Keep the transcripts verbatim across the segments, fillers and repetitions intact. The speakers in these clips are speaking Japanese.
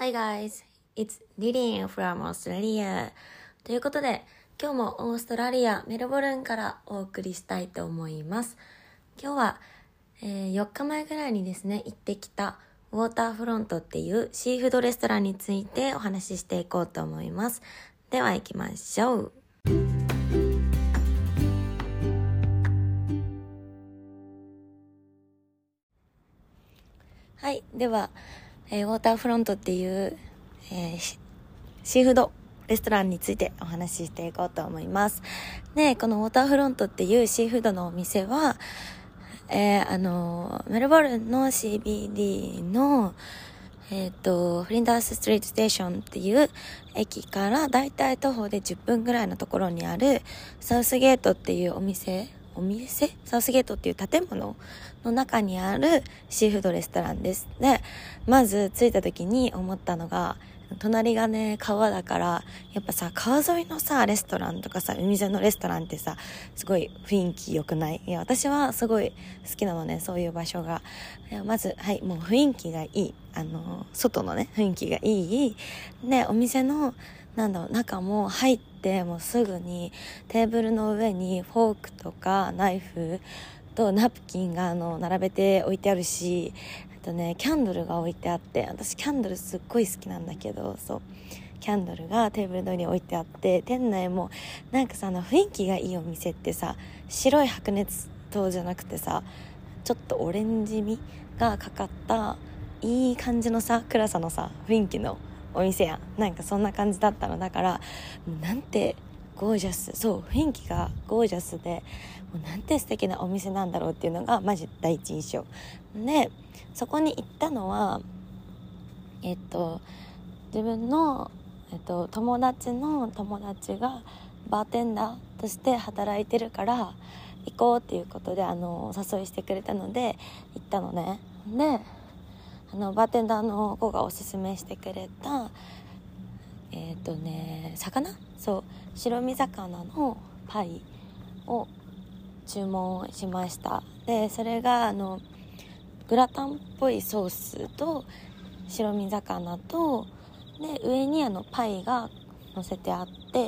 Hi guys, it's Lillian from Australia. ということで、今日もオーストラリア・メルボルンからお送りしたいと思います。今日は、えー、よっかまえぐらいにですね、行ってきたウォーターフロントっていうシーフードレストランについてお話ししていこうと思います。では行きましょう。はい、では、えー、ウォーターフロントっていう、えー、シーフードレストランについてお話ししていこうと思います。で、このウォーターフロントっていうシーフードのお店は、えー、あのメルボルンの シービーディー のえっとフリンダースストリートステーションっていう駅からだいたい徒歩でじゅっぷんぐらいのところにあるサウスゲートっていうお店お店サウスゲートっていう建物の中にあるシーフードレストランです。で、まず着いた時に思ったのが、隣がね川だから、やっぱさ川沿いのさレストランとかさ海沿いのレストランってさすごい雰囲気良くない？いや私はすごい好きなのね、そういう場所が。いやまずはいもう雰囲気がいい、あの外のね雰囲気がいいで、お店のなんだろう中も入ってもうすぐにテーブルの上にフォークとかナイフとナプキンがあの並べて置いてあるし、あとねキャンドルが置いてあって、私キャンドルすっごい好きなんだけど、そうキャンドルがテーブルの上に置いてあって、店内もなんかさあの雰囲気がいいお店ってさ、白い白熱灯じゃなくてさちょっとオレンジ味がかかったいい感じのさ暗さのさ雰囲気のお店やん。なんかそんな感じだったの。だからなんてゴージャス、そう雰囲気がゴージャスで、もうなんて素敵なお店なんだろうっていうのがマジ第一印象で、そこに行ったのはえっと自分の、えっと、友達の友達がバーテンダーとして働いてるから行こうっていうことであのお誘いしてくれたので行ったのね。であのバーテンダーの子がおすすめしてくれたえっとね魚そう白身魚のパイを注文しました。でそれがあのグラタンっぽいソースと白身魚とで上にあのパイが乗せてあって、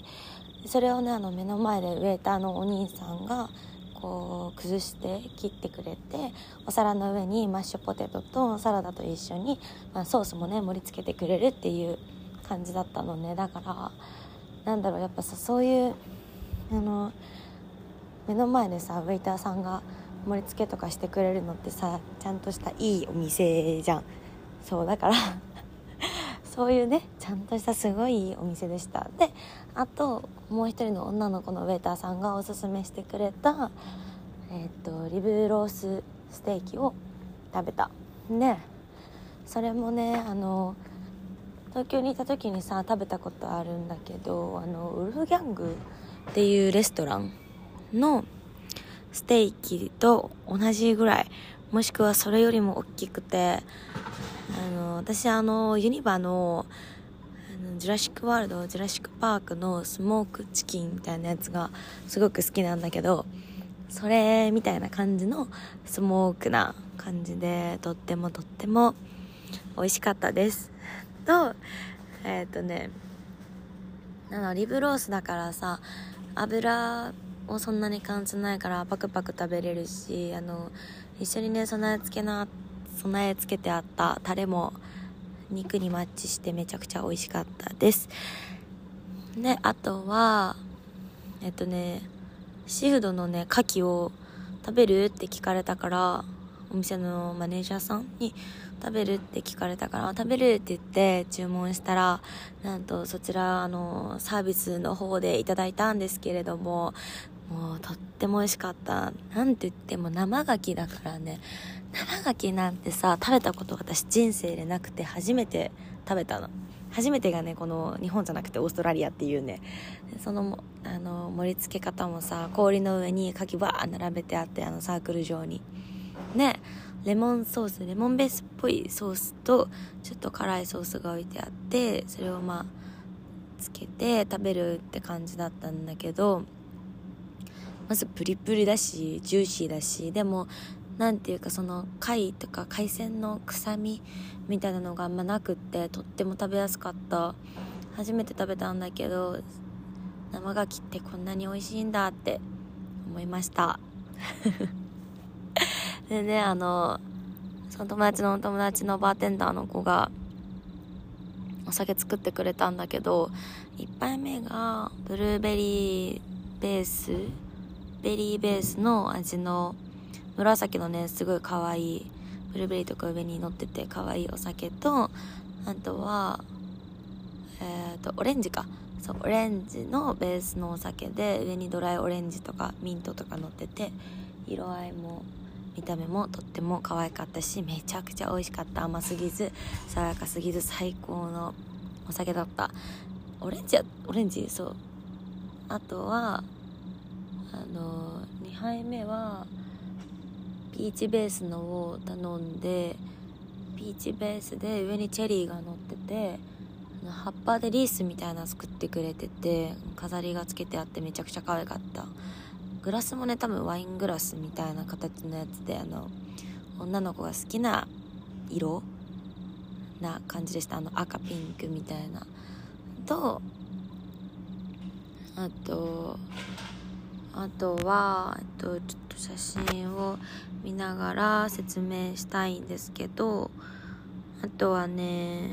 それをねあの目の前でウェイターのお兄さんがこう崩して切ってくれて、お皿の上にマッシュポテトとサラダと一緒に、まあ、ソースもね盛り付けてくれるっていう感じだったのね。だからなんだろう、やっぱさそういうあの目の前でさウェイターさんが盛り付けとかしてくれるのってさちゃんとしたいいお店じゃん。そうだからそういうねちゃんとしたすごいいいお店でした。であともう一人の女の子のウェイターさんがおすすめしてくれたえっとリブロースステーキを食べた。でそれもねあの東京にいた時にさ食べたことあるんだけど、あのウルフギャングっていうレストランのステーキと同じぐらい、もしくはそれよりも大きくて、あの私あのユニバのあのジュラシックワールドジュラシックパークのスモークチキンみたいなやつがすごく好きなんだけど、それみたいな感じのスモークな感じでとってもとっても美味しかったですと、えっとねあのリブロースだからさ油をそんなに感じないからパクパク食べれるし、あの一緒にね備え付けな備え付けてあったタレも肉にマッチしてめちゃくちゃ美味しかったです。であとはえっとねシーフードのね牡蠣を食べるって聞かれたから、お店のマネージャーさんに食べるって聞かれたから食べるって言って注文したら、なんとそちらあのサービスの方でいただいたんですけれども、もうとっても美味しかった。なんて言っても生牡蠣だからね。生牡蠣なんてさ食べたこと私人生でなくて初めて食べたの。初めてがねこの日本じゃなくてオーストラリアっていうね、そのあの盛り付け方もさ氷の上に牡蠣バー並べてあって、あのサークル状にね、レモンソースレモンベースっぽいソースとちょっと辛いソースが置いてあって、それをまあつけて食べるって感じだったんだけど、まずプリプリだしジューシーだし、でもなんていうかその貝とか海鮮の臭みみたいなのがあんまなくって、とっても食べやすかった。初めて食べたんだけど、生牡蠣ってこんなに美味しいんだって思いましたでね、あのその友達の友達のバーテンダーの子がお酒作ってくれたんだけど、いっぱいめがブルーベリーベースベリーベースの味の紫のね、すごい可愛いブルーベリーとか上に乗ってて可愛いお酒と、あとはえっとオレンジかそうオレンジのベースのお酒で、上にドライオレンジとかミントとか乗ってて、色合いも見た目もとっても可愛かったし、めちゃくちゃ美味しかった。甘すぎず爽やかすぎず最高のお酒だった。オレンジやオレンジそうあとはあのにはいめはピーチベースのを頼んで、ピーチベースで上にチェリーが乗ってて、葉っぱでリースみたいなの作ってくれてて、飾りがつけてあってめちゃくちゃ可愛かった。グラスもね、多分ワイングラスみたいな形のやつで、あの女の子が好きな色な感じでした。あの赤ピンクみたいなと、あとあとはえっとちょっと写真を見ながら説明したいんですけど、あとはね、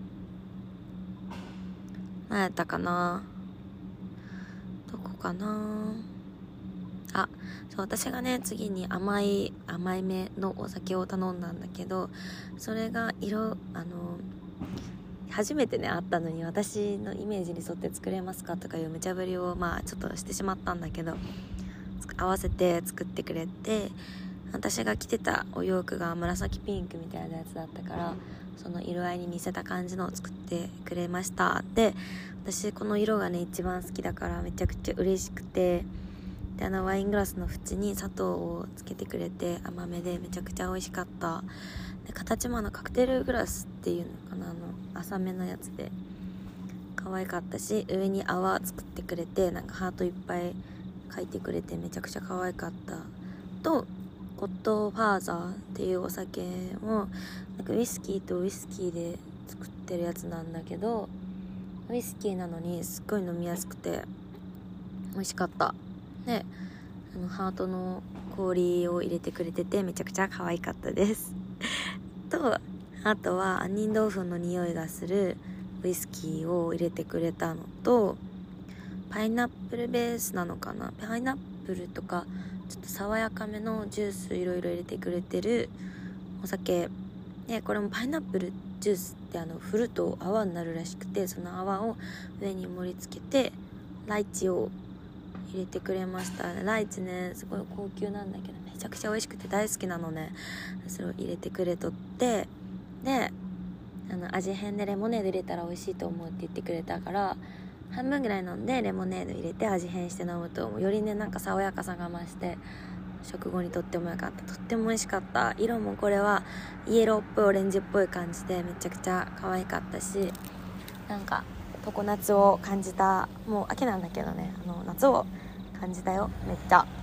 何やったかな、どこかなあ、そう、私がね次に甘い甘いめのお酒を頼んだんだけど、それが色あの初めてね会ったのに、私のイメージに沿って作れますかとかいう無茶ぶりをまあちょっとしてしまったんだけど、合わせて作ってくれて、私が着てたお洋服が紫ピンクみたいなやつだったから、その色合いに似せた感じのを作ってくれました。で、私この色がね一番好きだからめちゃくちゃ嬉しくて、であのワイングラスの縁に砂糖をつけてくれて甘めでめちゃくちゃ美味しかった。で形もあのカクテルグラスっていうのかな、あの浅めのやつで可愛かったし、上に泡作ってくれてなんかハートいっぱい描いてくれてめちゃくちゃ可愛かった。とゴッドファーザーっていうお酒もなんかウイスキーとウイスキーで作ってるやつなんだけど、ウイスキーなのにすっごい飲みやすくて美味しかった。であのハートの氷を入れてくれててめちゃくちゃ可愛かったですと、あとは杏仁豆腐の匂いがするウイスキーを入れてくれたのと、パイナップルベースなのかな、パイナップルとかちょっと爽やかめのジュースいろいろ入れてくれてるお酒で、これもパイナップルジュースってあの振ると泡になるらしくて、その泡を上に盛り付けてライチを入れてくれました。ライチねすごい高級なんだけどめちゃくちゃ美味しくて大好きなのね。それを入れてくれとって、であの味変でレモネード入れたら美味しいと思うって言ってくれたから、半分ぐらい飲んでレモネード入れて味変して飲むとよりねなんか爽やかさが増して食後にとってもよかった。とっても美味しかった。色もこれはイエローっぽいオレンジっぽい感じでめちゃくちゃ可愛かったし、なんか常夏を感じた。もう秋なんだけどね、あの夏を感じたよめっちゃ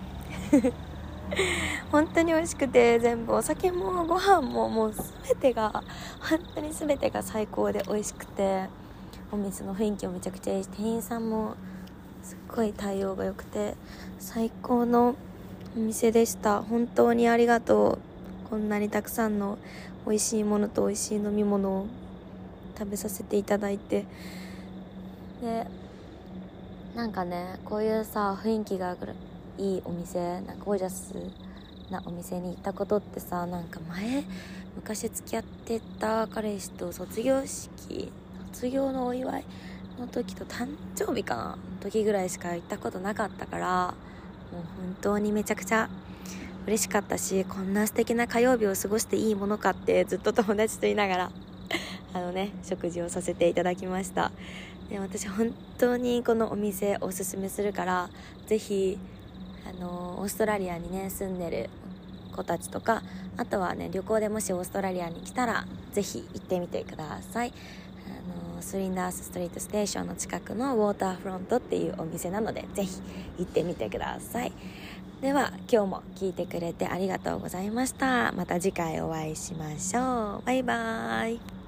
本当に美味しくて、全部お酒もご飯ももう全てが本当に全てが最高で美味しくて、お店の雰囲気もめちゃくちゃいいし、店員さんもすっごい対応が良くて最高のお店でした。本当にありがとう。こんなにたくさんの美味しいものと美味しい飲み物を食べさせていただいて、でなんかねこういうさ雰囲気がいいお店、なんかゴージャスなお店に行ったことってさ、なんか前昔付き合ってた彼氏と卒業式卒業のお祝いの時と誕生日かな時ぐらいしか行ったことなかったから、もう本当にめちゃくちゃ嬉しかったし、こんな素敵な火曜日を過ごしていいものかってずっと友達と言いながらあのね食事をさせていただきました。で私本当にこのお店おすすめするから、ぜひあのオーストラリアにね住んでる子たちとか、あとはね旅行でもしオーストラリアに来たらぜひ行ってみてください。あのスリンダースストリートステーションの近くのウォーターフロントっていうお店なので、ぜひ行ってみてください。 では今日も聞いてくれてありがとうございました。また次回お会いしましょう。バイバーイ。